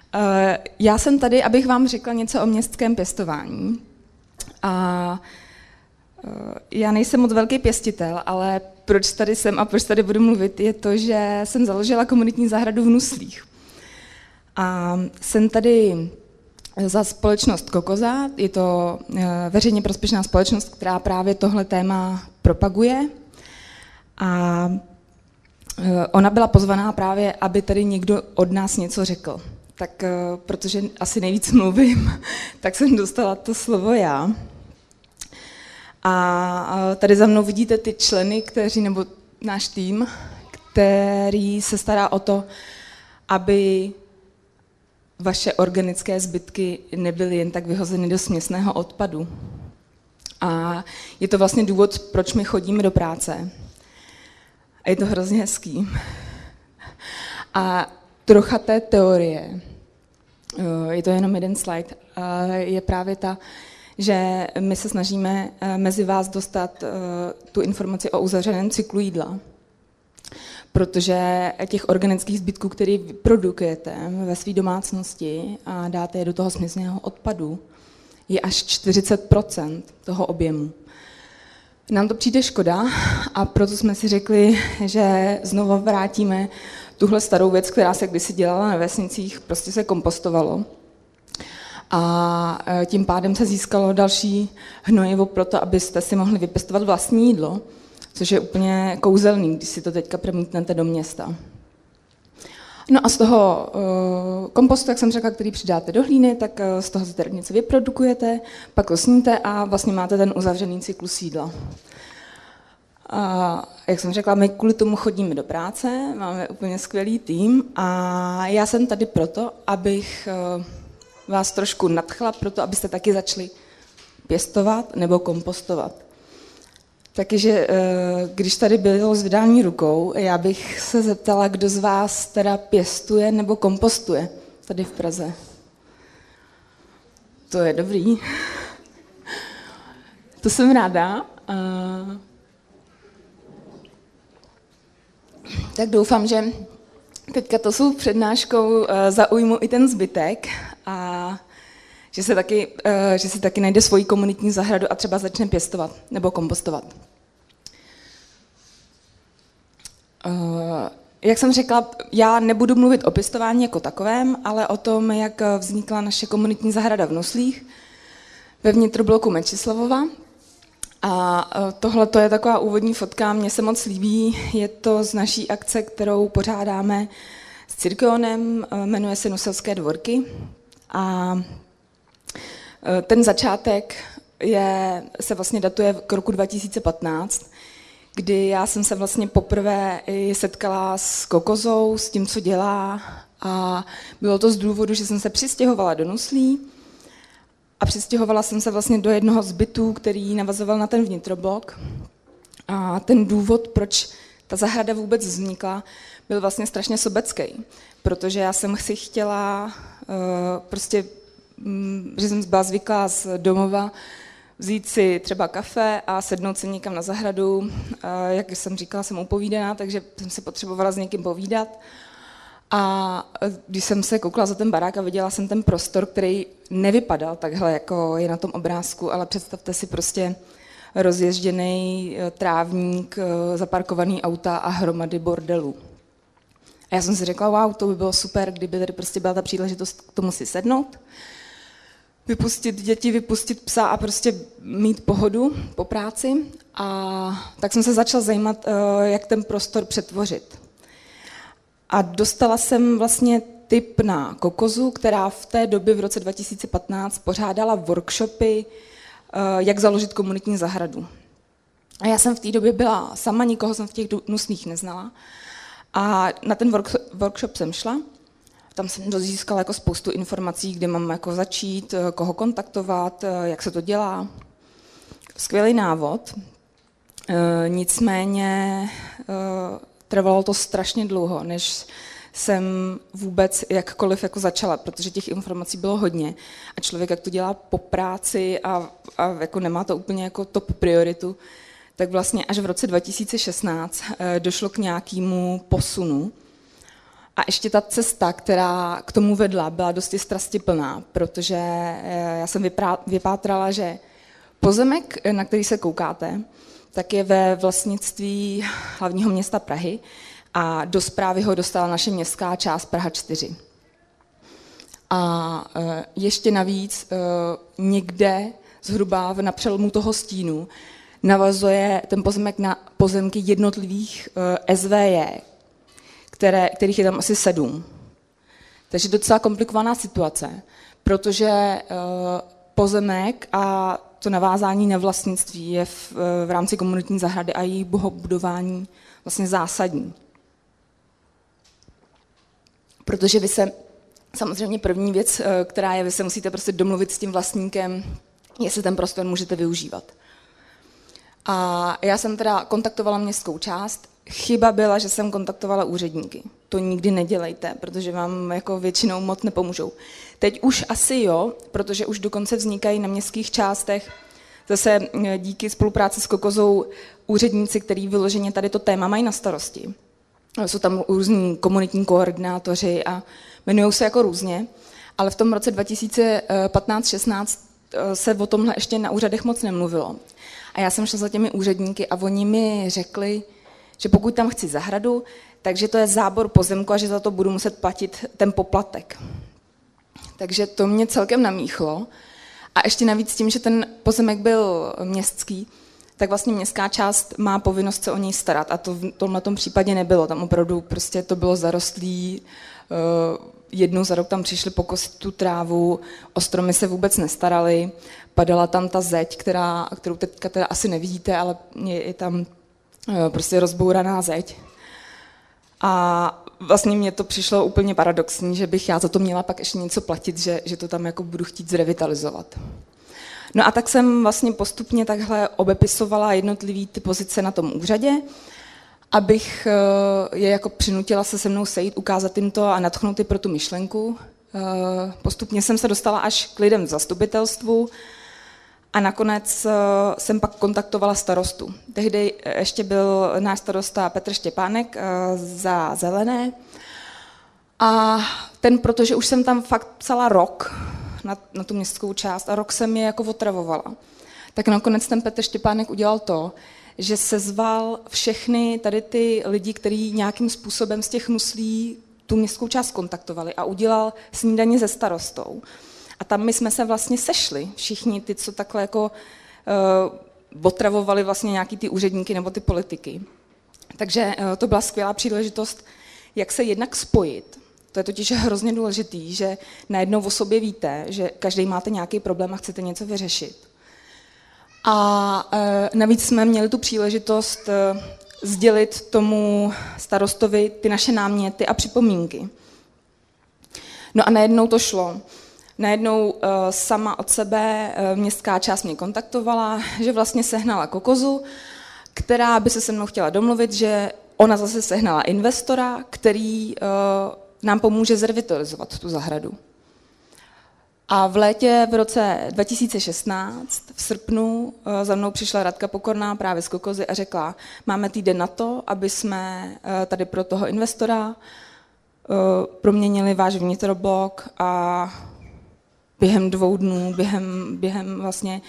Já jsem tady, abych vám řekla něco o městském pěstování. A já nejsem moc velký pěstitel, ale proč tady jsem a proč tady budu mluvit, je to, že jsem založila komunitní zahradu v Nuslích. A jsem tady za společnost Kokoza, je to veřejně prospěšná společnost, která právě tohle téma propaguje. A ona byla pozvaná právě, aby tady někdo od nás něco řekl. Tak protože asi nejvíc mluvím, tak jsem dostala to slovo já. A tady za mnou vidíte ty členy, nebo náš tým, který se stará o to, aby vaše organické zbytky nebyly jen tak vyhozeny do směsného odpadu. A je to vlastně důvod, proč my chodíme do práce. A je to hrozně hezký. A trocha té teorie, je to jenom jeden slide, je právě ta, že my se snažíme mezi vás dostat tu informaci o uzavřeném cyklu jídla. Protože těch organických zbytků, které vyprodukujete ve své domácnosti a dáte je do toho směsného odpadu, je až 40% toho objemu. Nám to přijde škoda a proto jsme si řekli, že znovu vrátíme tuhle starou věc, která se kdysi dělala na vesnicích, prostě se kompostovalo. A tím pádem se získalo další hnojivo pro to, abyste si mohli vypěstovat vlastní jídlo, což je úplně kouzelný, když si to teďka promítnete do města. No a z toho kompostu, jak jsem řekla, který přidáte do hlíny, tak z toho si tedy něco vyprodukujete, pak ho sníte a vlastně máte ten uzavřený cyklus jídla. A jak jsem řekla, my kvůli tomu chodíme do práce, máme úplně skvělý tým a já jsem tady proto, abych vás trošku nadchla, proto abyste taky začali pěstovat nebo kompostovat. Takže když tady bylo zvedání rukou, já bych se zeptala, kdo z vás teda pěstuje nebo kompostuje tady v Praze. To je dobrý. To jsem ráda. Tak doufám, že teďka to svou přednáškou zaujmu i ten zbytek a že se taky najde svoji komunitní zahradu a třeba začne pěstovat nebo kompostovat. Jak jsem řekla, já nebudu mluvit o pěstování jako takovém, ale o tom, jak vznikla naše komunitní zahrada v Nuslích ve vnitrobloku Mečislovova. A tohle je taková úvodní fotka, mně se moc líbí, je to z naší akce, kterou pořádáme s Cyrkionem, jmenuje se Nuselské dvorky. A ten začátek se vlastně datuje k roku 2015, kdy já jsem se vlastně poprvé setkala s Kokozou, s tím, co dělá a bylo to z důvodu, že jsem se přistěhovala do Nuslí a přistěhovala jsem se vlastně do jednoho z bytů, který navazoval na ten vnitroblok a ten důvod, proč ta zahrada vůbec vznikla, byl vlastně strašně sobecký, protože já jsem si chtěla že jsem byla zvyklá z domova vzít si třeba kafe a sednout si někam na zahradu. Jak jsem říkala, jsem upovídaná, takže jsem si potřebovala s někým povídat. A když jsem se koukala za ten barák a viděla jsem ten prostor, který nevypadal takhle, jako je na tom obrázku, ale představte si prostě rozježděný trávník, zaparkovaný auta a hromady bordelů. A já jsem si řekla, wow, to by bylo super, kdyby tady prostě byla ta příležitost k tomu si sednout, vypustit děti, vypustit psa a prostě mít pohodu po práci. A tak jsem se začala zajímat, jak ten prostor přetvořit. A dostala jsem vlastně tip na Kokozu, která v té době v roce 2015 pořádala workshopy, jak založit komunitní zahradu. A já jsem v té době byla sama, nikoho jsem v těch Nuslích neznala. A na ten workshop jsem šla. Tam jsem dozískala jako spoustu informací, kde mám jako začít, koho kontaktovat, jak se to dělá. Skvělý návod. Nicméně trvalo to strašně dlouho, než jsem vůbec jakkoliv jako začala, protože těch informací bylo hodně. A člověk, jak to dělá po práci a jako nemá to úplně jako top prioritu, tak vlastně až v roce 2016 došlo k nějakému posunu. A ještě ta cesta, která k tomu vedla, byla dosti strastiplná, protože já jsem vypátrala, že pozemek, na který se koukáte, tak je ve vlastnictví hlavního města Prahy a do správy ho dostala naše městská část Praha 4. A ještě navíc někde zhruba na přelomu toho stínu navazuje ten pozemek na pozemky jednotlivých SVJ, kterých je tam asi 7. Takže docela komplikovaná situace, protože pozemek a to navázání na vlastnictví je v rámci komunitní zahrady a její budování vlastně zásadní. Protože vy se, samozřejmě první věc, která je, vy se musíte prostě domluvit s tím vlastníkem, jestli ten prostor můžete využívat. A já jsem teda kontaktovala městskou část. Chyba byla, že jsem kontaktovala úředníky. To nikdy nedělejte, protože vám jako většinou moc nepomůžou. Teď už asi jo, protože už dokonce vznikají na městských částech zase díky spolupráci s Kokozou úředníci, kteří vyloženě tady to téma mají na starosti. Jsou tam různí komunitní koordinátoři a jmenují se jako různě, ale v tom roce 2015-16 se o tomhle ještě na úřadech moc nemluvilo. A já jsem šla za těmi úředníky a oni mi řekli, že pokud tam chci zahradu, takže to je zábor pozemku a že za to budu muset platit ten poplatek. Takže to mě celkem namíchlo. A ještě navíc tím, že ten pozemek byl městský, tak vlastně městská část má povinnost se o něj starat. A to v tomhletom případě nebylo. Tam opravdu prostě to bylo zarostlý. Jednou za rok tam přišli pokosit tu trávu, o stromy se vůbec nestarali. Padala tam ta zeď, kterou teďka teda asi nevidíte, ale je tam prostě rozbouraná zeď. A vlastně mně to přišlo úplně paradoxní, že bych já za to měla pak ještě něco platit, že to tam jako budu chtít zrevitalizovat. No a tak jsem vlastně postupně takhle obepisovala jednotlivý ty pozice na tom úřadě, abych je jako přinutila se mnou sejít, ukázat jim to a nadchnout je pro tu myšlenku. Postupně jsem se dostala až k lidem v zastupitelstvu a nakonec jsem pak kontaktovala starostu. Tehdy ještě byl náš starosta Petr Štěpánek za Zelené a ten, protože už jsem tam fakt psala rok na tu městskou část a rok jsem je jako otravovala, tak nakonec ten Petr Štěpánek udělal to, že sezval všechny tady ty lidi, kteří nějakým způsobem z těch nuslí tu městskou část kontaktovali a udělal snídaně se starostou. A tam my jsme se vlastně sešli, všichni ty, co takhle jako otravovali vlastně nějaký ty úředníky nebo ty politiky. Takže to byla skvělá příležitost, jak se jednak spojit. To je totiž hrozně důležitý, že najednou o sobě víte, že každý máte nějaký problém a chcete něco vyřešit. A navíc jsme měli tu příležitost sdělit tomu starostovi ty naše náměty a připomínky. No a najednou to šlo. Najednou sama od sebe městská část mě kontaktovala, že vlastně sehnala Kokozu, která by se mnou chtěla domluvit, že ona zase sehnala investora, který nám pomůže zrevitalizovat tu zahradu. A v létě v roce 2016, v srpnu, za mnou přišla Radka Pokorná právě z Kokozy a řekla, máme týden na to, aby jsme tady pro toho investora proměnili váš vnitroblok a během 2 dnů, během vlastně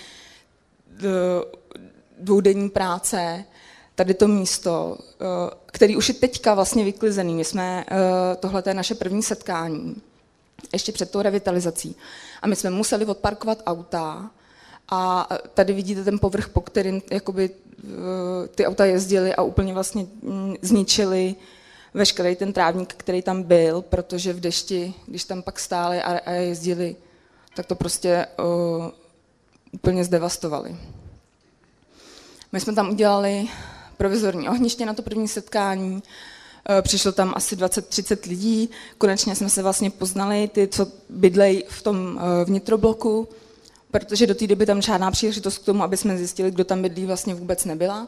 2denní práce, tady to místo, který už je teďka vlastně vyklizený. My jsme, tohle je naše první setkání, ještě před tou revitalizací. A my jsme museli odparkovat auta a tady vidíte ten povrch, po kterým jakoby, ty auta jezdily a úplně vlastně zničili veškerý ten trávník, který tam byl, protože v dešti, když tam pak stáli a jezdili, tak to prostě úplně zdevastovali. My jsme tam udělali provizorní ohniště na to první setkání, přišlo tam asi 20-30 lidí, konečně jsme se vlastně poznali, ty, co bydlejí v tom vnitrobloku, protože do té doby tam žádná příležitost k tomu, aby jsme zjistili, kdo tam bydlí, vlastně vůbec nebyla.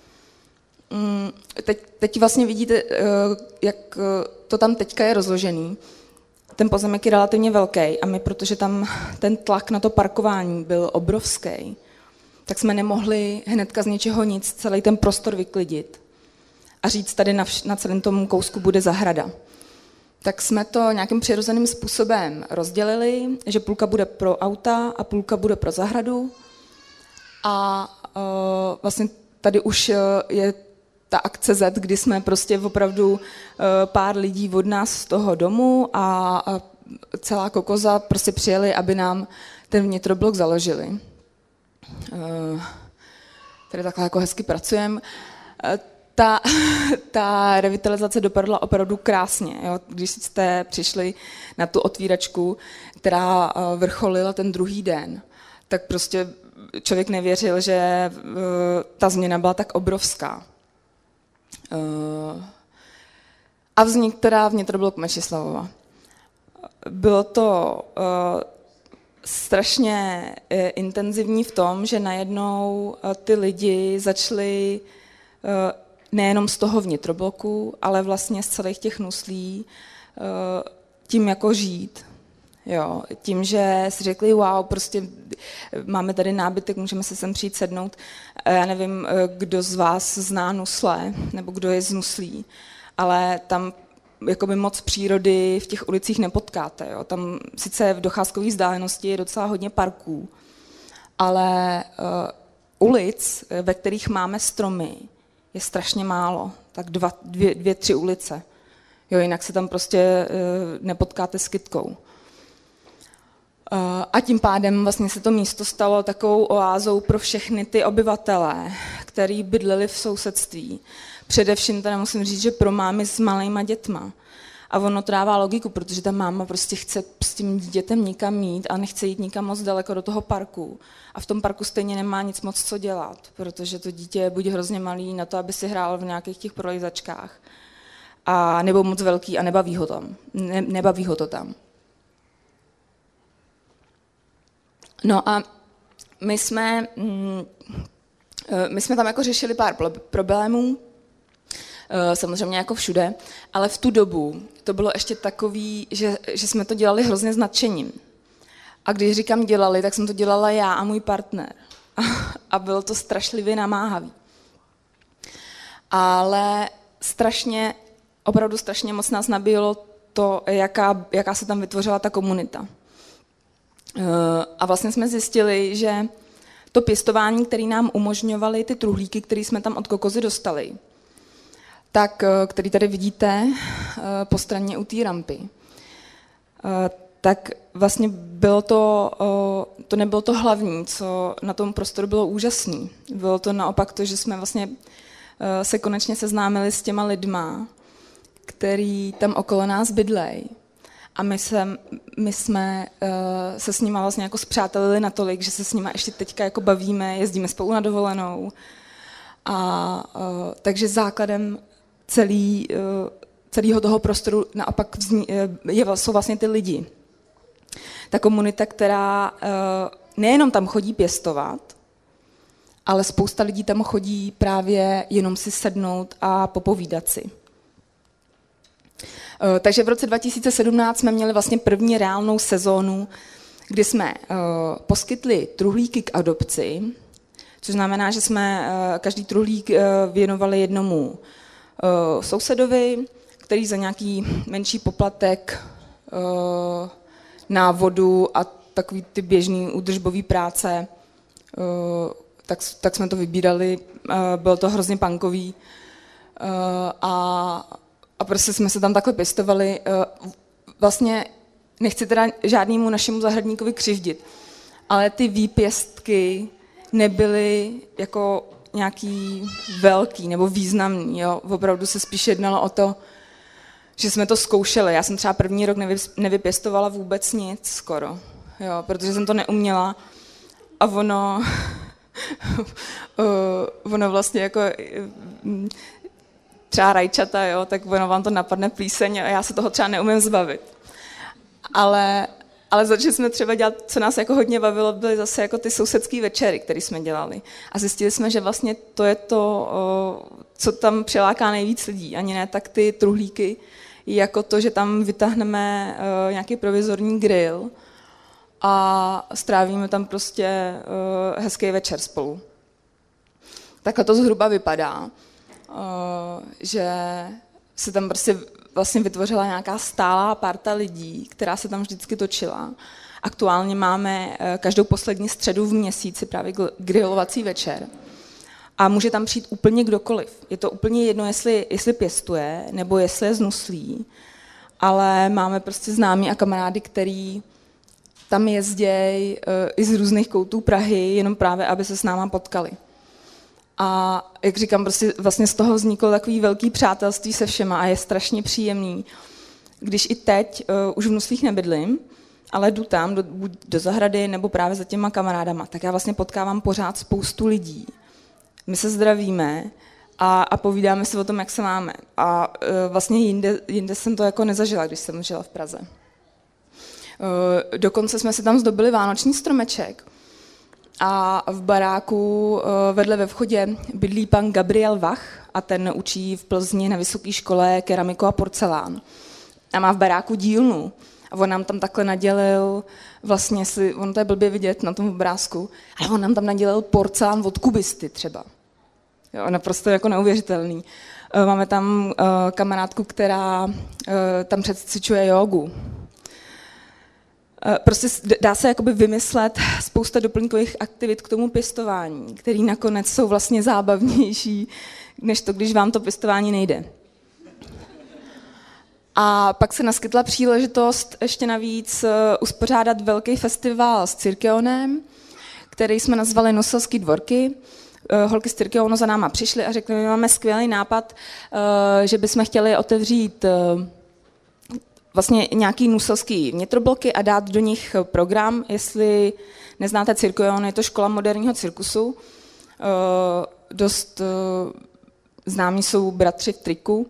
Teď vlastně vidíte, jak to tam teďka je rozložený. Ten pozemek je relativně velký a my, protože tam ten tlak na to parkování byl obrovský, tak jsme nemohli hnedka z ničeho nic celý ten prostor vyklidit a říct, tady na celém tom kousku bude zahrada. tak jsme to nějakým přirozeným způsobem rozdělili, že půlka bude pro auta a půlka bude pro zahradu. A vlastně tady už je ta akce Z, kdy jsme prostě opravdu pár lidí od nás z toho domu a celá Kokoza prostě přijeli, aby nám ten vnitroblok založili. Tady takhle jako hezky pracujeme. Ta revitalizace dopadla opravdu krásně. Jo? Když jste přišli na tu otvíračku, která vrcholila ten druhý den, tak prostě člověk nevěřil, že ta změna byla tak obrovská. A vznik teda vnitroblok Mečislavova. Bylo to strašně intenzivní v tom, že najednou ty lidi začali nejenom z toho vnitrobloku, ale vlastně z celých těch nuslí tím jako žít. Jo, tím, že si řekli, wow, prostě máme tady nábytek, můžeme se sem přijít sednout. Já nevím, kdo z vás zná Nusle, nebo kdo je z Nuslí, ale tam jakoby moc přírody v těch ulicích nepotkáte. Jo. Tam sice v docházkové vzdálenosti je docela hodně parků, ale ulic, ve kterých máme stromy, je strašně málo. Tak dvě, tři ulice. Jo, jinak se tam prostě nepotkáte s kytkou. A tím pádem vlastně se to místo stalo takovou oázou pro všechny ty obyvatele, kteří bydleli v sousedství. Především teda musím říct, že pro mámy s malejma dětma. A ono to dává logiku, protože ta máma prostě chce s tím dítětem nikam jít a nechce jít nikam moc daleko do toho parku. A v tom parku stejně nemá nic moc co dělat, protože to dítě je buď hrozně malý na to, aby si hrál v nějakých těch prolejzačkách, a nebo moc velký a nebaví ho to tam. No a my jsme tam jako řešili pár problémů, samozřejmě jako všude, ale v tu dobu to bylo ještě takový, že jsme to dělali hrozně s nadšením. A když říkám dělali, tak jsem to dělala já a můj partner. A bylo to strašlivě namáhavý. Ale opravdu strašně moc nás nabíjelo to, jaká se tam vytvořila ta komunita. A vlastně jsme zjistili, že to pěstování, které nám umožňovaly ty truhlíky, které jsme tam od Kokozy dostali, tak, který tady vidíte po straně u té rampy, tak vlastně bylo to nebylo to hlavní, co na tom prostoru bylo úžasné. Bylo to naopak to, že jsme vlastně se konečně seznámili s těma lidma, který tam okolo nás bydlejí. A my jsme se s nima vlastně jako spřátelili natolik, že se s nima ještě teďka jako bavíme, jezdíme spolu na dovolenou. A takže základem celého toho prostoru naopak jsou vlastně ty lidi. Ta komunita, která nejenom tam chodí pěstovat, ale spousta lidí tam chodí právě jenom si sednout a popovídat si. Takže v roce 2017 jsme měli vlastně první reálnou sezónu, kdy jsme poskytli truhlíky k adopci, což znamená, že jsme každý truhlík věnovali jednomu sousedovi, který za nějaký menší poplatek na vodu a takový ty běžný údržbový práce, tak jsme to vybírali, bylo to hrozně punkový a prostě jsme se tam takhle pěstovali. Vlastně nechci teda žádnému našemu zahradníkovi křivdit, ale ty výpěstky nebyly jako nějaký velký nebo významný. Jo? Opravdu se spíš jednalo o to, že jsme to zkoušeli. Já jsem třeba první rok nevypěstovala vůbec nic skoro, jo? Protože jsem to neuměla a ono vlastně jako třeba rajčata, jo, tak ono vám to napadne plíseň a já se toho třeba neumím zbavit. Ale začali jsme třeba dělat, co nás jako hodně bavilo, byly zase jako ty sousedský večery, které jsme dělali. A zjistili jsme, že vlastně to je to, co tam přiláká nejvíc lidí. Ani ne tak ty truhlíky, jako to, že tam vytáhneme nějaký provizorní grill a strávíme tam prostě hezký večer spolu. Takhle to zhruba vypadá. Že se tam prostě vlastně vytvořila nějaká stálá parta lidí, která se tam vždycky točila. Aktuálně máme každou poslední středu v měsíci právě grilovací večer. A může tam přijít úplně kdokoliv. Je to úplně jedno, jestli pěstuje, nebo jestli je znuslý. Ale máme prostě známí a kamarády, který tam jezdějí i z různých koutů Prahy, jenom právě, aby se s náma potkali. A jak říkám, prostě vlastně z toho vzniklo takový velký přátelství se všema a je strašně příjemný. Když i teď už v Nuslích nebydlím, ale jdu tam, buď do zahrady, nebo právě za těma kamarádama, tak já vlastně potkávám pořád spoustu lidí. My se zdravíme a povídáme si o tom, jak se máme. A vlastně jinde jsem to jako nezažila, když jsem žila v Praze. Dokonce jsme si tam zdobili vánoční stromeček a v baráku vedle ve vchodě bydlí pan Gabriel Vach a ten učí v Plzni na vysoké škole keramiku a porcelán. A má v baráku dílnu. A on nám tam takhle nadělil, vlastně on to je blbě vidět na tom obrázku, ale on nám tam nadělil porcelán od kubisty třeba. Jo, naprosto jako neuvěřitelný. Máme tam kamarádku, která tam předcvičuje jógu. Prostě dá se jakoby vymyslet spousta doplňkových aktivit k tomu pěstování, který nakonec jsou vlastně zábavnější, než to, když vám to pěstování nejde. A pak se naskytla příležitost ještě navíc uspořádat velký festival s Cyrkeonem, který jsme nazvali Nuselský dvorky. Holky z Cyrkeonu za náma přišly a řekly, my máme skvělý nápad, že bychom chtěli otevřít vlastně nějaký nuselský vnitrobloky a dát do nich program. Jestli neznáte Cyrkeon, je to škola moderního cirkusu. Dost známí jsou bratři v triku.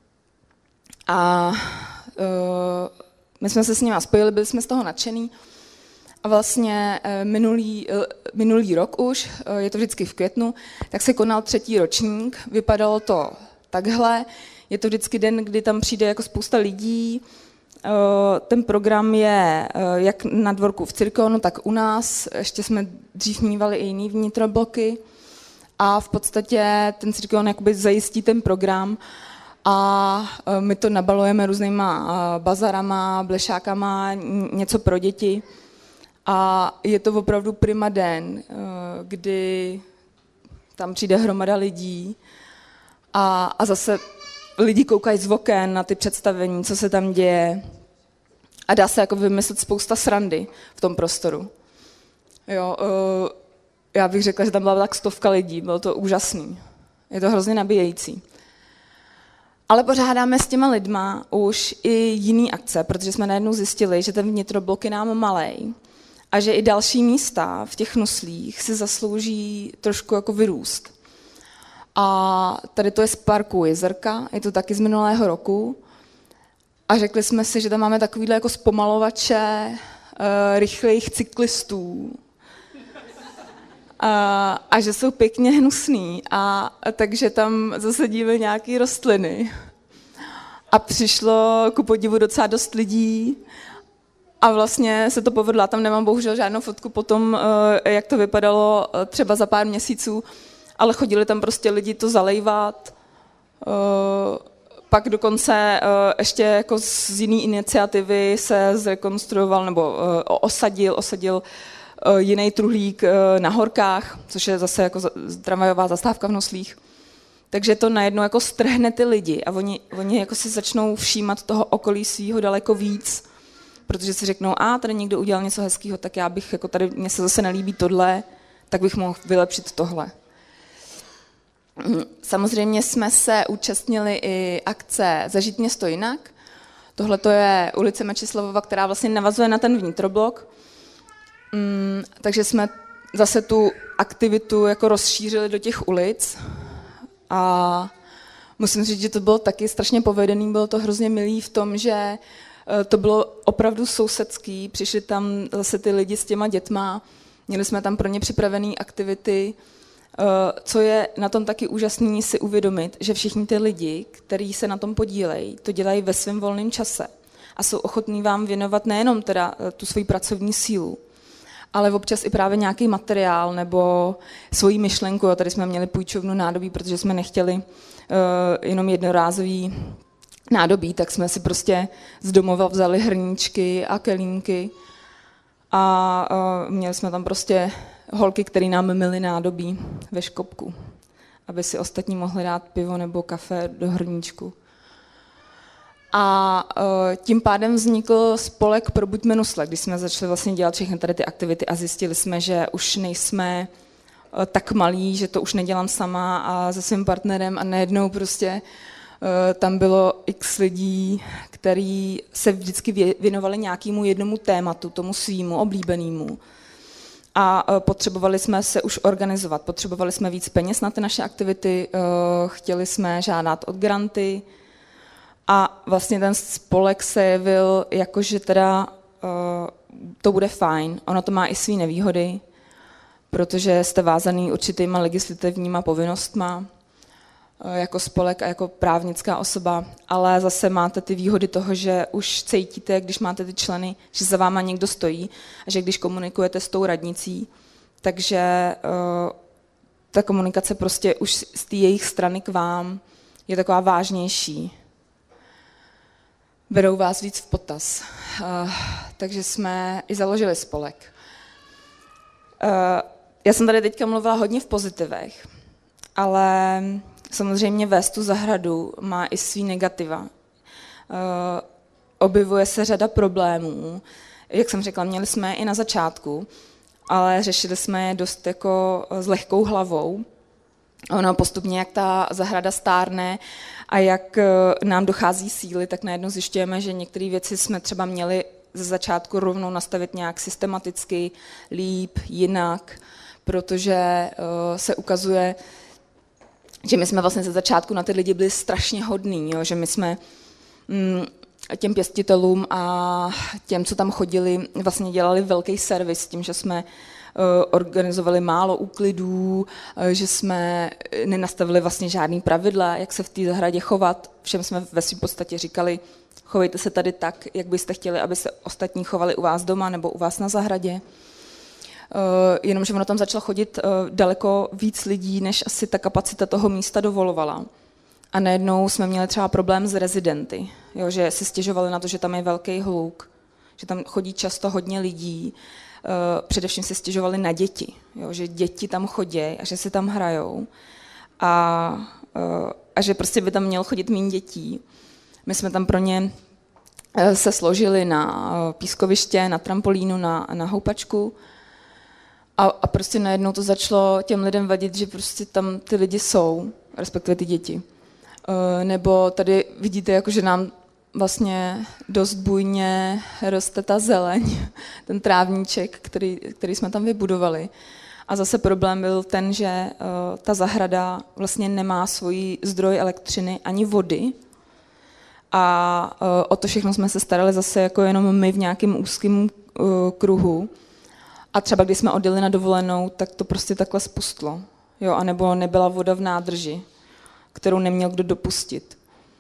A my jsme se s nimi spojili, byli jsme z toho nadšený. A vlastně minulý rok už, je to vždycky v květnu, tak se konal 3. ročník. Vypadalo to takhle. Je to vždycky den, kdy tam přijde jako spousta lidí. Ten program je jak na dvorku v Cyrkeonu, tak u nás. Ještě jsme dřív mívali i jiný vnitrobloky. A v podstatě ten Cyrkeon jakoby zajistí ten program. A my to nabalujeme různýma bazarama, blešákama, něco pro děti. A je to opravdu prima den, kdy tam přijde hromada lidí a zase lidi koukají z oken na ty představení, co se tam děje. A dá se jako vymyslet spousta srandy v tom prostoru. Jo, já bych řekla, že tam byla tak 100 lidí, bylo to úžasný. Je to hrozně nabíjející. Ale pořádáme s těma lidma už i jiný akce, protože jsme najednou zjistili, že ten vnitroblok je nám malej a že i další místa v těch Nuslích si zaslouží trošku jako vyrůst. A tady to je z parku Jezerka, je to taky z minulého roku. A řekli jsme si, že tam máme takovýhle jako zpomalovače rychlejch cyklistů. A že jsou pěkně hnusný. A takže tam zasadíme nějaké rostliny. A přišlo ku podivu docela dost lidí. A vlastně se to povedlo. Tam nemám bohužel žádnou fotku potom, jak to vypadalo třeba za pár měsíců. Ale chodili tam prostě lidi to zalejvat. Pak dokonce ještě jako z jiné iniciativy se zrekonstruoval nebo osadil jiný truhlík na Horkách, což je zase jako tramvajová zastávka v Nuslích. Takže to najednou jako strhne ty lidi a oni jako si začnou všímat toho okolí svýho daleko víc, protože si řeknou, tady někdo udělal něco hezkého, tak já bych, jako tady mně se zase nelíbí tohle, tak bych mohl vylepšit tohle. Samozřejmě jsme se účastnili i akce Zažít město jinak. Tohle to je ulice Mečislavova, která vlastně navazuje na ten vnitroblok. Takže jsme zase tu aktivitu jako rozšířili do těch ulic a musím říct, že to bylo taky strašně povedený, bylo to hrozně milý v tom, že to bylo opravdu sousedský, přišli tam zase ty lidi s těma dětma, měli jsme tam pro ně připravené aktivity. Co je na tom taky úžasný si uvědomit, že všichni ty lidi, kteří se na tom podílejí, to dělají ve svém volném čase a jsou ochotní vám věnovat nejenom teda tu svoji pracovní sílu, ale občas i právě nějaký materiál nebo svoji myšlenku. Tady jsme měli půjčovnu nádobí, protože jsme nechtěli jenom jednorázový nádobí, tak jsme si prostě z domova vzali hrníčky a kelímky a měli jsme tam prostě holky, které nám myly nádobí ve škopku, aby si ostatní mohli dát pivo nebo kafe do hrníčku. A tím pádem vznikl spolek Probuďme Nusle, když jsme začali vlastně dělat všechny tady ty aktivity a zjistili jsme, že už nejsme tak malí, že to už nedělám sama a se svým partnerem a najednou prostě tam bylo x lidí, kteří se vždycky věnovali nějakému jednomu tématu, tomu svýmu oblíbenému. A potřebovali jsme se už organizovat, potřebovali jsme víc peněz na ty naše aktivity, chtěli jsme žádat od granty a vlastně ten spolek se jevil jako, že teda to bude fajn. Ono to má i své nevýhody, protože jste vázaný určitýma legislativníma povinnostma jako spolek a jako právnická osoba, ale zase máte ty výhody toho, že už cítíte, když máte ty členy, že za váma někdo stojí a že když komunikujete s tou radnicí, takže ta komunikace prostě už z té jejich strany k vám je taková vážnější. Berou vás víc v potaz. Takže jsme i založili spolek. Já jsem tady teďka mluvila hodně v pozitivech, ale samozřejmě vést tu zahradu má i svý negativa. Objevuje se řada problémů. Jak jsem řekla, měli jsme je i na začátku, ale řešili jsme je dost jako s lehkou hlavou. Ono postupně, jak ta zahrada stárne a jak nám dochází síly, tak najednou zjišťujeme, že některé věci jsme třeba měli ze začátku rovnou nastavit nějak systematicky, líp, jinak, protože se ukazuje, že my jsme vlastně ze začátku na ty lidi byli strašně hodní, jo? Že my jsme těm pěstitelům a těm, co tam chodili, vlastně dělali velký servis tím, že jsme organizovali málo úklidů, že jsme nenastavili vlastně žádný pravidla, jak se v té zahradě chovat. Všem jsme ve svým podstatě říkali, chovejte se tady tak, jak byste chtěli, aby se ostatní chovali u vás doma nebo u vás na zahradě. Jenomže ono tam začalo chodit daleko víc lidí, než asi ta kapacita toho místa dovolovala. A najednou jsme měli třeba problém s rezidenty, jo, že si stěžovali na to, že tam je velký hluk, že tam chodí často hodně lidí. Především si stěžovali na děti, jo, že děti tam chodí a že si tam hrajou a že prostě by tam mělo chodit méně dětí. My jsme tam pro ně se složili na pískoviště, na trampolínu, na houpačku a prostě najednou to začalo těm lidem vadit, že prostě tam ty lidi jsou, respektive ty děti. Nebo tady vidíte, jako, že nám vlastně dost bujně roste ta zeleň, ten trávníček, který jsme tam vybudovali. A zase problém byl ten, že ta zahrada vlastně nemá svůj zdroj elektřiny ani vody. A o to všechno jsme se starali zase jako jenom my v nějakém úzkém kruhu. A třeba když jsme odjeli na dovolenou, tak to prostě takhle spustlo. Jo, anebo nebyla voda v nádrži, kterou neměl kdo dopustit.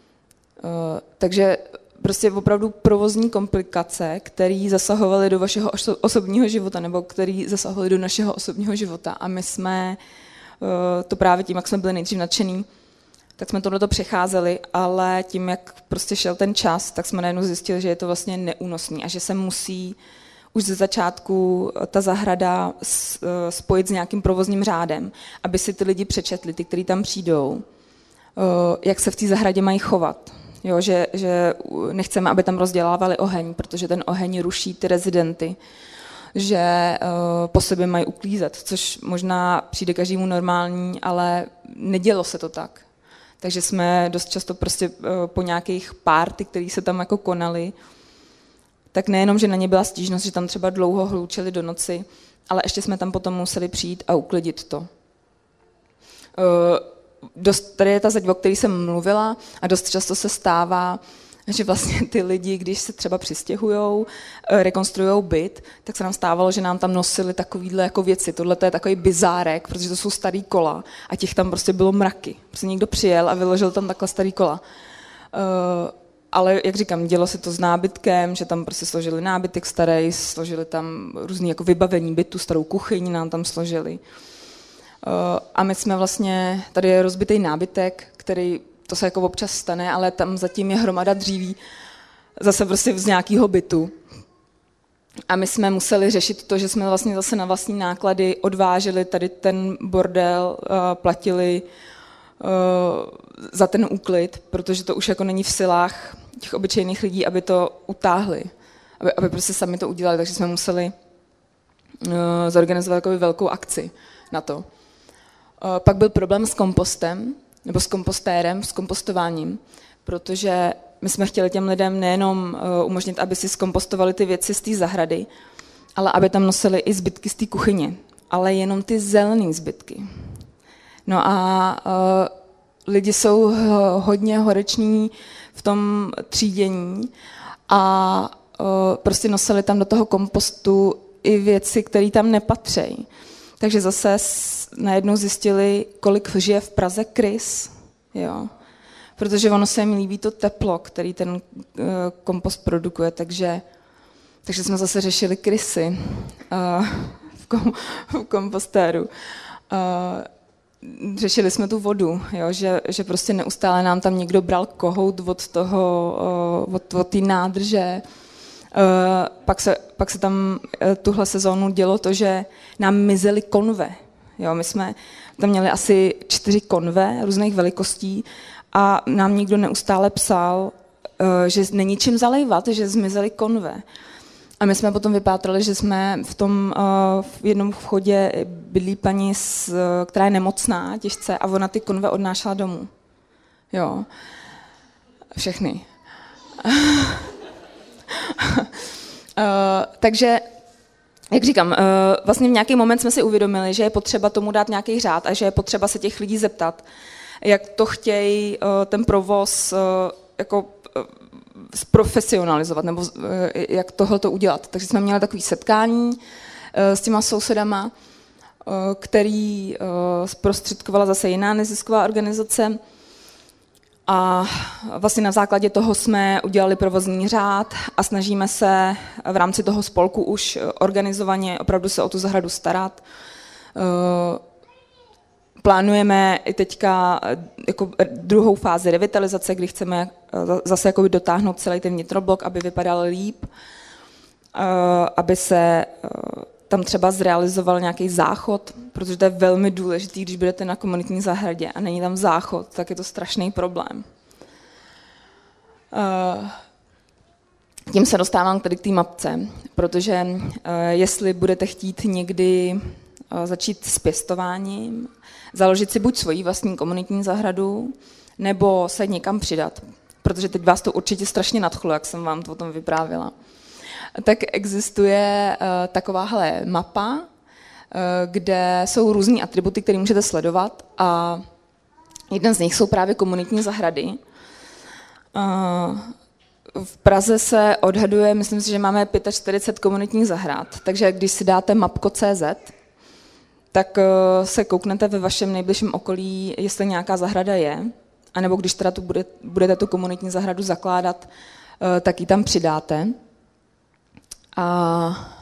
Takže prostě opravdu provozní komplikace, které zasahovaly do vašeho osobního života nebo které zasahovaly do našeho osobního života. A my jsme to právě tím, jak jsme byli nejdřív nadšený, tak jsme tohleto přecházeli, ale tím, jak prostě šel ten čas, tak jsme najednou zjistili, že je to vlastně neúnosný a že se musí už ze začátku ta zahrada spojit s nějakým provozním řádem, aby si ty lidi přečetli, ty, kteří tam přijdou, jak se v té zahradě mají chovat. Jo, že nechceme, aby tam rozdělávali oheň, protože ten oheň ruší ty rezidenty, že po sobě mají uklízet, což možná přijde každému normální, ale nedělo se to tak. Takže jsme dost často prostě po nějakých párty, které se tam jako konaly, tak nejenom, že na ně byla stížnost, že tam třeba dlouho hloučeli do noci, ale ještě jsme tam potom museli přijít a uklidit to. Tady je ta zeď, o které jsem mluvila a dost často se stává, že vlastně ty lidi, když se třeba přistěhujou, rekonstruujou byt, tak se nám stávalo, že nám tam nosili takovýhle jako věci. Tohle je takový bizárek, protože to jsou starý kola a těch tam prostě bylo mraky. Prostě někdo přijel a vyložil tam takhle starý kola. Ale jak říkám, dělo se to s nábytkem, že tam prostě složili nábytek starý, složili tam různý jako vybavení bytu, starou kuchyň nám tam složili. A my jsme vlastně, tady je rozbitý nábytek, který to se jako občas stane, ale tam zatím je hromada dříví, zase prostě z nějakého bytu. A my jsme museli řešit to, že jsme vlastně zase na vlastní náklady odváželi tady ten bordel, platili za ten úklid, protože to už jako není v silách těch obyčejných lidí, aby to utáhli, aby prostě sami to udělali, takže jsme museli zorganizovat takovou velkou akci na to. Pak byl problém s kompostem, nebo s kompostérem, s kompostováním, protože my jsme chtěli těm lidem nejenom umožnit, aby si zkompostovali ty věci z té zahrady, ale aby tam nosili i zbytky z té kuchyně, ale jenom ty zelené zbytky. No a lidi jsou hodně horeční v tom třídění a prostě nosili tam do toho kompostu i věci, které tam nepatří. Takže zase najednou zjistili, kolik žije v Praze krys, jo. Protože ono se jim líbí to teplo, který ten kompost produkuje, takže jsme zase řešili krysy v kompostéru. Řešili jsme tu vodu, jo, že prostě neustále nám tam někdo bral kohout od té nádrže. Pak se tam tuhle sezónu dělo to, že nám mizely konve. Jo, my jsme tam měli asi 4 konve různých velikostí a nám někdo neustále psal, že není čím zalejvat, že zmizely konve. A my jsme potom vypátrali, že jsme v jednom vchodě bydlí paní, která je nemocná těžce a ona ty konve odnášela domů. Jo. Všechny. Takže, jak říkám, vlastně v nějaký moment jsme si uvědomili, že je potřeba tomu dát nějaký řád a že je potřeba se těch lidí zeptat, jak to chtějí ten provoz jako zprofesionalizovat, nebo jak tohleto udělat. Takže jsme měli takové setkání s těma sousedama, který zprostředkovala zase jiná nezisková organizace. A vlastně na základě toho jsme udělali provozní řád a snažíme se v rámci toho spolku už organizovaně opravdu se o tu zahradu starat. Plánujeme i teďka jako druhou fázi revitalizace, kdy chceme zase jakoby dotáhnout celý ten vnitroblok, aby vypadal líp, aby se tam třeba zrealizoval nějaký záchod, protože to je velmi důležitý, když budete na komunitní zahradě a není tam záchod, tak je to strašný problém. Tím se dostávám tady k té mapce, protože jestli budete chtít někdy začít s pěstováním, založit si buď svoji vlastní komunitní zahradu, nebo se někam přidat, protože teď vás to určitě strašně nadchlo, jak jsem vám to o tom vyprávěla. Tak existuje takováhle mapa, kde jsou různý atributy, které můžete sledovat a jeden z nich jsou právě komunitní zahrady. V Praze se odhaduje, myslím si, že máme 45 komunitních zahrad, takže když si dáte mapko.cz, tak se kouknete ve vašem nejbližším okolí, jestli nějaká zahrada je, anebo když teda budete tu komunitní zahradu zakládat, tak ji tam přidáte. A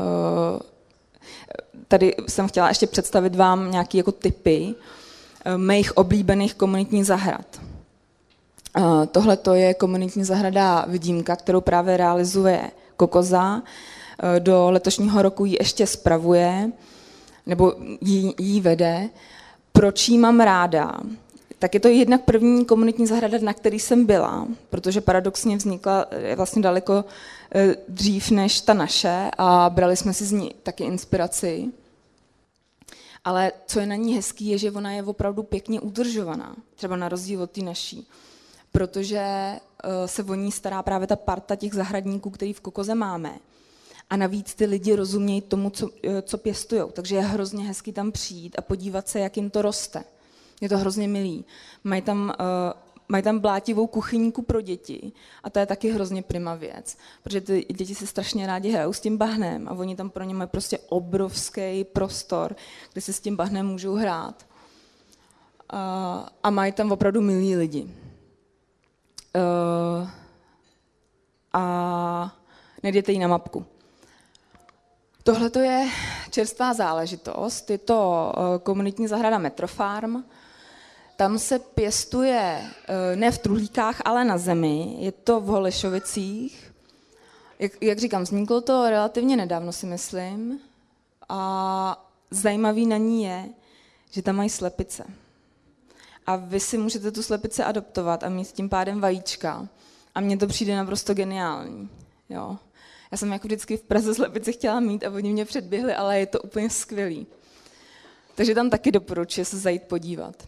tady jsem chtěla ještě představit vám nějaké jako tipy mých oblíbených komunitních zahrad. Tohle to je komunitní zahrada Vidímka, kterou právě realizuje Kokoza. Do letošního roku ji ještě spravuje, nebo jí vede. Proč ji mám ráda? Tak je to jednak první komunitní zahrada, na který jsem byla, protože paradoxně vznikla vlastně daleko dřív než ta naše a brali jsme si z ní taky inspiraci. Ale co je na ní hezký, je, že ona je opravdu pěkně udržovaná, třeba na rozdíl od té naší, protože se o ní stará právě ta parta těch zahradníků, který v Kokoze máme. A navíc ty lidi rozumějí tomu, co pěstujou, takže je hrozně hezký tam přijít a podívat se, jak jim to roste. Je to hrozně milý. Mají tam blátivou kuchyňku pro děti a to je taky hrozně prima věc, protože ty děti se strašně rádi hrajou s tím bahnem a oni tam pro ně mají prostě obrovský prostor, kde se s tím bahnem můžou hrát. A mají tam opravdu milí lidi. A nejděte jí na mapku. Tohle to je čerstvá záležitost, je to komunitní zahrada Metrofarm. Tam se pěstuje ne v truhlíkách, ale na zemi. Je to v Holešovicích. Jak říkám, vzniklo to relativně nedávno, si myslím. A zajímavý na ní je, že tam mají slepice. A vy si můžete tu slepici adoptovat a mít tím pádem vajíčka. A mně to přijde naprosto geniální. Jo. Já jsem jako vždycky v Praze slepici chtěla mít a oni mě předběhli, ale je to úplně skvělý. Takže tam taky doporučuji se zajít podívat.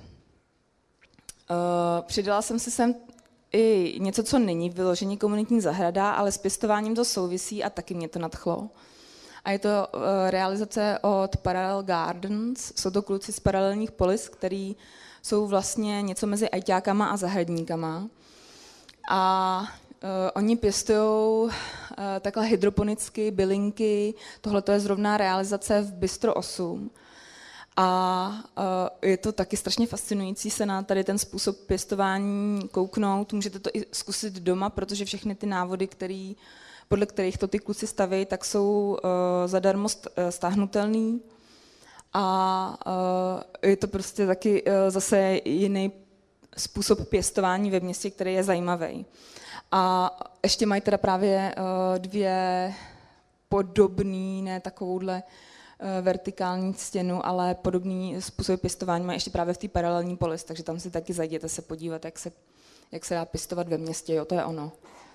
Přidala jsem si sem i něco, co není vyloženě komunitní zahrada, ale s pěstováním to souvisí a taky mě to nadchlo. A je to realizace od Parallel Gardens. Jsou to kluci z paralelních polis, který jsou vlastně něco mezi ajťákama a zahradníkama. A oni pěstují takhle hydroponicky bylinky. Tohle je zrovna realizace v Bistro 8. A je to taky strašně fascinující se na tady ten způsob pěstování kouknout. Můžete to i zkusit doma, protože všechny ty návody, podle kterých to ty kluci staví, tak jsou zadarmo stáhnutelný. A je to prostě taky zase jiný způsob pěstování ve městě, který je zajímavý. A ještě mají teda právě dvě podobný, ne takovouhle vertikální stěnu, ale podobný způsob pěstování mají ještě právě v té paralelní polis, takže tam si taky zajděte se podívat, jak se dá pěstovat ve městě, jo, to je ono.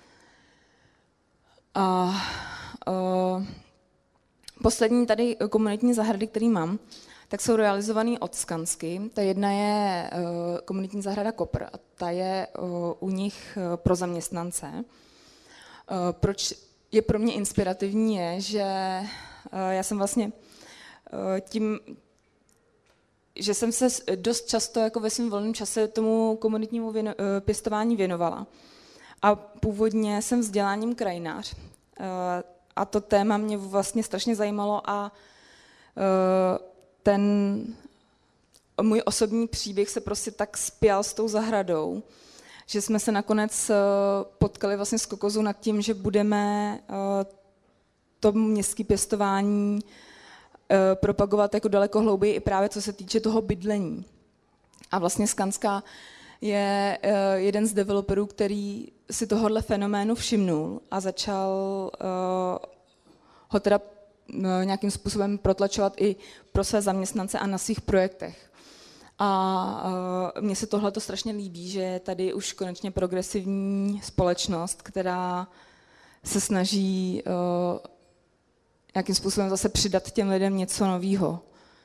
A poslední tady komunitní zahrady, který mám, tak jsou realizovaný od Skansky. Ta jedna je komunitní zahrada Kopr a ta je u nich pro zaměstnance. Proč je pro mě inspirativní je, že já jsem vlastně tím, že jsem se dost často jako ve svém volném čase tomu komunitnímu pěstování věnovala. A původně jsem vzděláním krajinář. A to téma mě vlastně strašně zajímalo a ten můj osobní příběh se prostě tak spjal s tou zahradou, že jsme se nakonec potkali vlastně s Kokozou nad tím, že budeme to městské pěstování propagovat jako daleko hlouběji i právě co se týče toho bydlení. A vlastně Skanska je jeden z developerů, který si tohohle fenoménu všimnul a začal ho teda nějakým způsobem protlačovat i pro své zaměstnance a na svých projektech. A mně se tohle strašně líbí, že je tady už konečně progresivní společnost, která se snaží nějakým způsobem zase přidat těm lidem něco nového.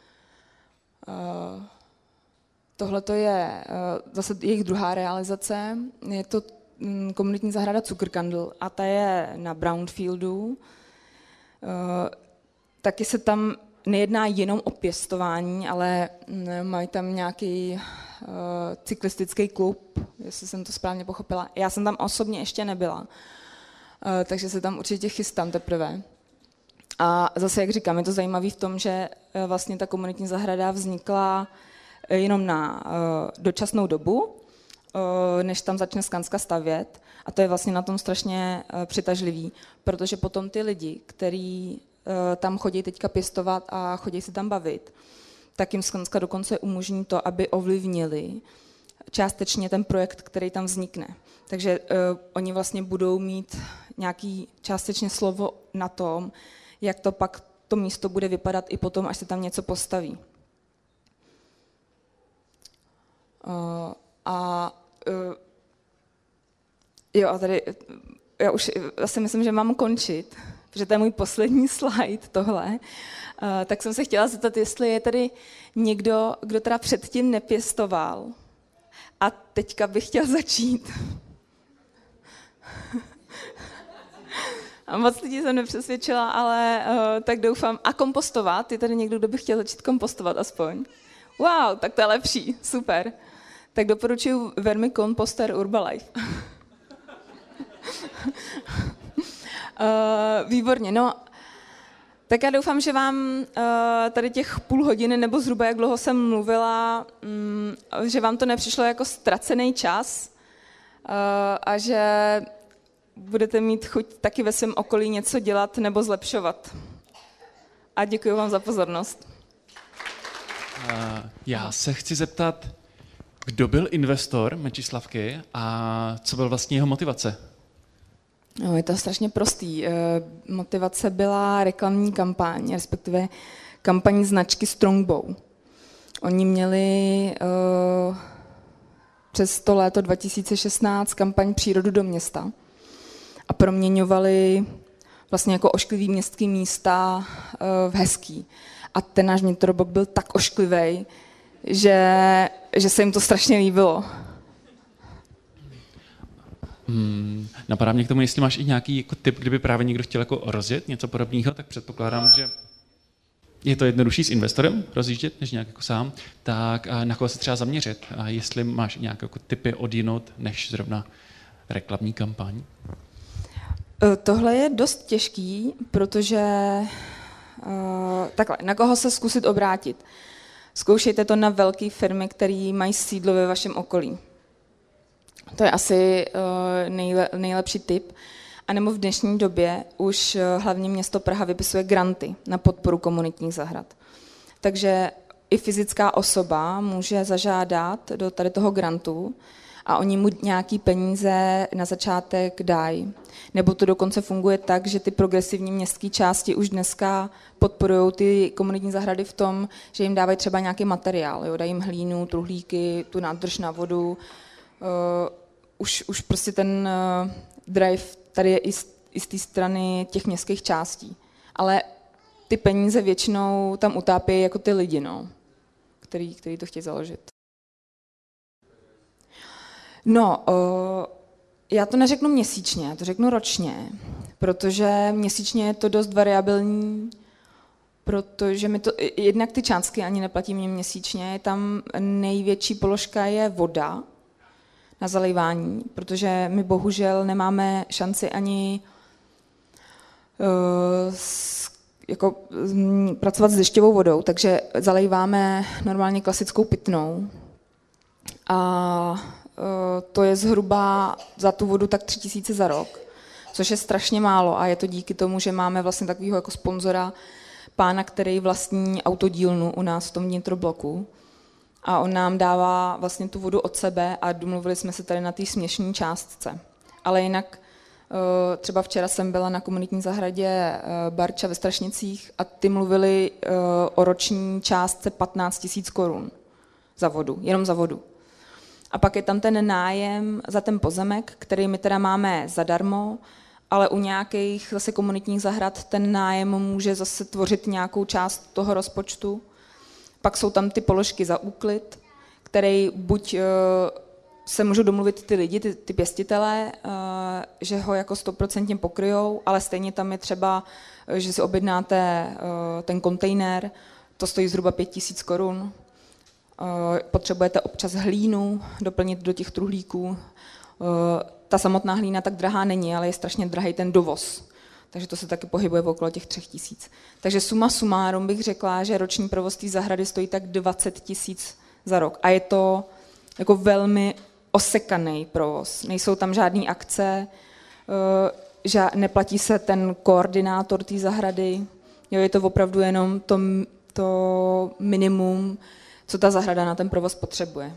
Tohle je zase jejich druhá realizace. Je to komunitní zahrada Zuckerkandl a ta je na Brownfieldu. Taky se tam nejedná jenom o pěstování, ale mají tam nějaký cyklistický klub, jestli jsem to správně pochopila. Já jsem tam osobně ještě nebyla, takže se tam určitě chystám teprve. A zase, jak říkám, je to zajímavé v tom, že vlastně ta komunitní zahrada vznikla jenom na dočasnou dobu, než tam začne Skanska stavět. A to je vlastně na tom strašně přitažlivý, protože potom ty lidi, kteří tam chodí teďka pěstovat a chodí si tam bavit, tak jim Skanska dokonce umožní to, aby ovlivnili částečně ten projekt, který tam vznikne. Takže oni vlastně budou mít nějaký částečně slovo na tom, jak to pak to místo bude vypadat i potom, až se tam něco postaví. A tady já už asi myslím, že mám končit, protože to je můj poslední slide tohle. Tak jsem se chtěla zeptat, jestli je tady někdo, kdo teda předtím nepěstoval a teďka bych chtěl začít. A moc lidí jsem nepřesvědčila, ale tak doufám. A kompostovat? Je tady někdo, kdo by chtěl začít kompostovat aspoň? Wow, tak to je lepší, super. Tak doporučuji Vermicomposter Urbalife. Výborně, no. Tak já doufám, že vám tady těch půl hodiny, nebo zhruba jak dlouho jsem mluvila, že vám to nepřišlo jako ztracený čas a že budete mít chuť taky ve svém okolí něco dělat nebo zlepšovat. A děkuji vám za pozornost. Já se chci zeptat, Kdo byl investor Mečislavky a co byl vlastně jeho motivace? No, je to strašně prostý. Motivace byla reklamní kampaň, respektive kampaň značky Strongbow. Oni měli přes to léto 2016 kampaň Přírodu do města a proměňovali vlastně jako ošklivý městský místa v hezký. A ten náš vnitrobok byl tak ošklivý, že se jim to strašně líbilo. Napadá mě k tomu, jestli máš i nějaký jako tip, kdyby právě někdo chtěl jako rozjet něco podobného, tak předpokládám, že je to jednodušší s investorem rozjíždět, než nějak jako sám, tak na koho se třeba zaměřit? A jestli máš nějaké jako tipy odjinut, než zrovna reklamní kampaň? Tohle je dost těžký, protože takhle, na koho se zkusit obrátit? Zkoušejte to na velké firmy, které mají sídlo ve vašem okolí. To je asi nejlepší tip. A nebo v dnešní době už hlavně město Praha vypisuje granty na podporu komunitních zahrad. Takže i fyzická osoba může zažádat do tady toho grantu a oni mu nějaký peníze na začátek dají. Nebo to dokonce funguje tak, že ty progresivní městské části už dneska podporují ty komunitní zahrady v tom, že jim dávají třeba nějaký materiál. Jo? Dají jim hlínu, truhlíky, tu nádrž na vodu. Už prostě ten drive tady je i z té strany těch městských částí. Ale ty peníze většinou tam utápějí jako ty lidi, no, který to chtějí založit. No, já to neřeknu měsíčně, já to řeknu ročně, protože měsíčně je to dost variabilní, protože mi to, jednak ty částky ani neplatí mě měsíčně, tam největší položka je voda na zalejvání, protože my bohužel nemáme šanci ani pracovat s dešťovou vodou, takže zalejváme normálně klasickou pitnou. A to je zhruba za tu vodu tak 3 000 za rok, což je strašně málo a je to díky tomu, že máme vlastně takového jako sponzora, pána, který vlastní autodílnu u nás v tom vnitrobloku. A on nám dává vlastně tu vodu od sebe a domluvili jsme se tady na té směšné částce. Ale jinak třeba včera jsem byla na komunitní zahradě Barča ve Strašnicích a ty mluvili o roční částce 15 000 korun za vodu, jenom za vodu. A pak je tam ten nájem za ten pozemek, který my teda máme zadarmo, ale u nějakých zase komunitních zahrad ten nájem může zase tvořit nějakou část toho rozpočtu. Pak jsou tam ty položky za úklid, které buď se můžou domluvit ty lidi, ty pěstitelé, že ho jako 100% pokryjou, ale stejně tam je třeba, že si objednáte ten kontejner, to stojí zhruba 5 000 korun. Potřebujete občas hlínu doplnit do těch truhlíků. Ta samotná hlína tak drahá není, ale je strašně drahý ten dovoz. Takže to se taky pohybuje okolo těch 3 000. Takže suma sumárum bych řekla, že roční provoz té zahrady stojí tak 20 000 za rok. A je to jako velmi osekaný provoz. Nejsou tam žádné akce, neplatí se ten koordinátor té zahrady. Jo, je to opravdu jenom to minimum, co ta zahrada na ten provoz potřebuje.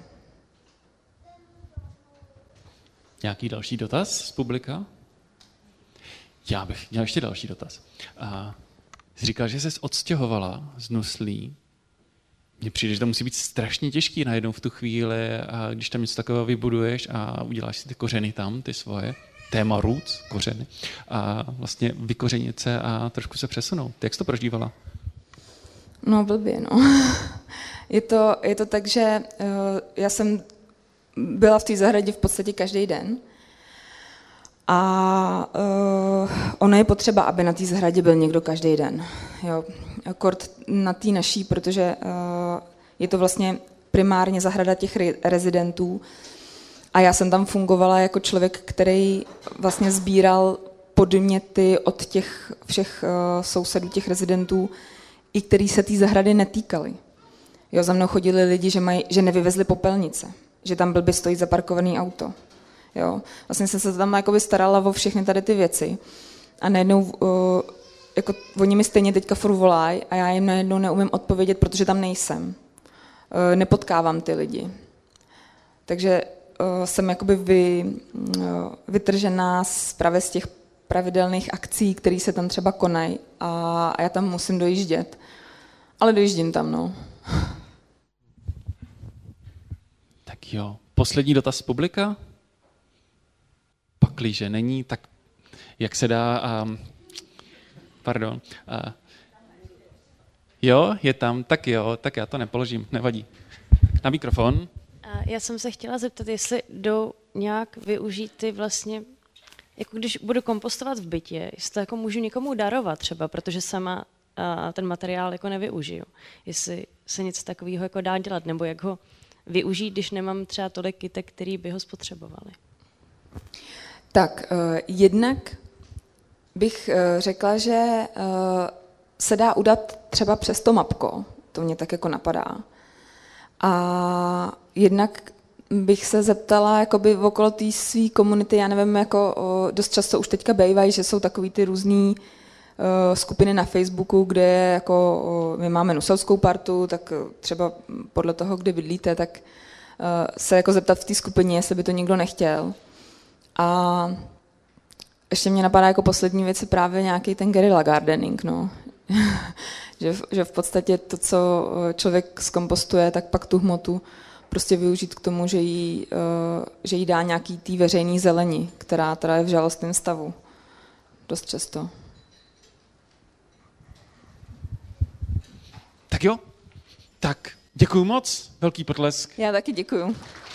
Nějaký další dotaz z publika? Já bych měl ještě další dotaz. Jsi říkal, že jsi odstěhovala z Nuslí. Mně přijde, že to musí být strašně těžký najednou v tu chvíli, a když tam něco takového vybuduješ a uděláš si ty kořeny tam, ty svoje, téma roots, kořeny, a vlastně vykořenit se a trošku se přesunout. Jak jsi to prožívala? No blbě, no. Je to tak, že já jsem byla v té zahradě v podstatě každý den. A ono je potřeba, aby na té zahradě byl někdo každý den. Jo. Kort na té naší, protože je to vlastně primárně zahrada těch rezidentů. A já jsem tam fungovala jako člověk, který vlastně sbíral podněty od těch všech sousedů, těch rezidentů, i který se té zahrady netýkaly. Jo, za mnou chodili lidi, že nevyvezli popelnice, že tam blbě stojí zaparkovaný auto. Jo. Vlastně jsem se tam jakoby starala o všechny tady ty věci a najednou jako, oni mi stejně teďka furt volají a já jim najednou neumím odpovědět, protože tam nejsem. Nepotkávám ty lidi. Takže jsem jakoby vytržená právě z těch pravidelných akcí, které se tam třeba konají a já tam musím dojíždět. Ale dojíždím tam, no. Tak jo, poslední dotaz z publika? Pakliže není, tak jak se dá... Jo, je tam, tak jo, tak já to nepoložím, nevadí. Na mikrofon. Já jsem se chtěla zeptat, jestli jdou nějak využít ty vlastně, jako když budu kompostovat v bytě, jestli to jako můžu někomu darovat třeba, protože sama ten materiál jako nevyužiju. Jestli se něco takového jako dá dělat, nebo jak ho využít, když nemám třeba tolik kytek, který by ho spotřebovali. Tak jednak bych řekla, že se dá udat třeba přes to mapko, to mě tak jako napadá. A jednak bych se zeptala jakoby okolo té své komunity, já nevím, jako dost často už teďka bývají, že jsou takový ty různý skupiny na Facebooku, kde jako my máme nuselskou partu, tak třeba podle toho, kde bydlíte, tak se jako zeptat v té skupině, jestli by to nikdo nechtěl. A ještě mě napadá jako poslední věc právě nějaký ten guerrilla gardening, no. že v podstatě to, co člověk zkompostuje, tak pak tu hmotu prostě využít k tomu, že jí dá nějaký tý veřejný zelení, která teda je v žalostném stavu. Dost často. Tak jo, tak děkuju moc, velký potlesk. Já taky děkuju.